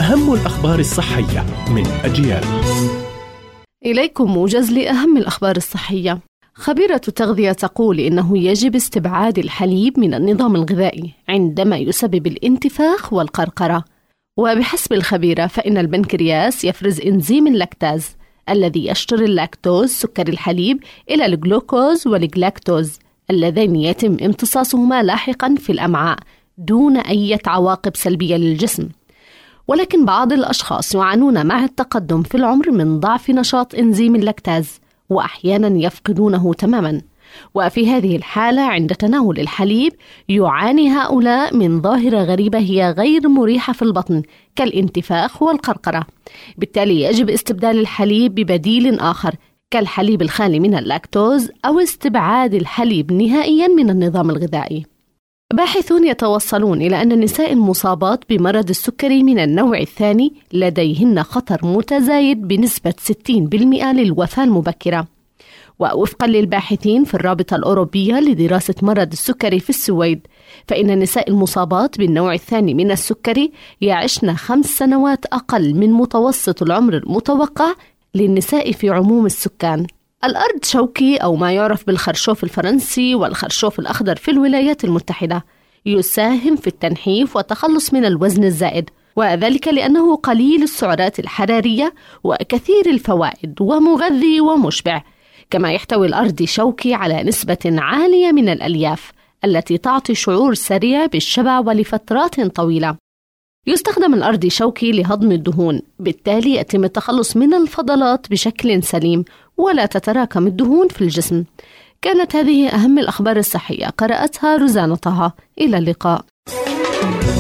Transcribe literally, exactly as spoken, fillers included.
أهم الأخبار الصحية من أجيال. إليكم موجز لأهم الأخبار الصحية. خبيرة التغذية تقول إنه يجب استبعاد الحليب من النظام الغذائي عندما يسبب الانتفاخ والقرقرة. وبحسب الخبيرة فإن البنكرياس يفرز إنزيم اللاكتاز الذي يشتر اللاكتوز سكر الحليب إلى الجلوكوز والجلاكتوز اللذين يتم امتصاصهما لاحقا في الأمعاء دون أي عواقب سلبية للجسم. ولكن بعض الأشخاص يعانون مع التقدم في العمر من ضعف نشاط إنزيم اللاكتاز وأحيانا يفقدونه تماما، وفي هذه الحالة عند تناول الحليب يعاني هؤلاء من ظاهرة غريبة هي غير مريحة في البطن كالانتفاخ والقرقرة. بالتالي يجب استبدال الحليب ببديل آخر كالحليب الخالي من اللاكتوز أو استبعاد الحليب نهائيا من النظام الغذائي. باحثون يتوصلون إلى أن النساء المصابات بمرض السكري من النوع الثاني لديهن خطر متزايد بنسبة ستين بالمئة للوفاة المبكرة. ووفقا للباحثين في الرابطة الأوروبية لدراسة مرض السكري في السويد، فإن النساء المصابات بالنوع الثاني من السكري يعشن خمس سنوات أقل من متوسط العمر المتوقع للنساء في عموم السكان. الأرض شوكي أو ما يعرف بالخرشوف الفرنسي والخرشوف الأخضر في الولايات المتحدة يساهم في التنحيف والتخلص من الوزن الزائد، وذلك لأنه قليل السعرات الحرارية وكثير الفوائد ومغذي ومشبع. كما يحتوي الأرض شوكي على نسبة عالية من الألياف التي تعطي شعور سريع بالشبع ولفترات طويلة. يستخدم الأرض شوكي لهضم الدهون، بالتالي يتم التخلص من الفضلات بشكل سليم ولا تتراكم الدهون في الجسم. كانت هذه أهم الأخبار الصحية، قرأتها روزانا طه. إلى اللقاء.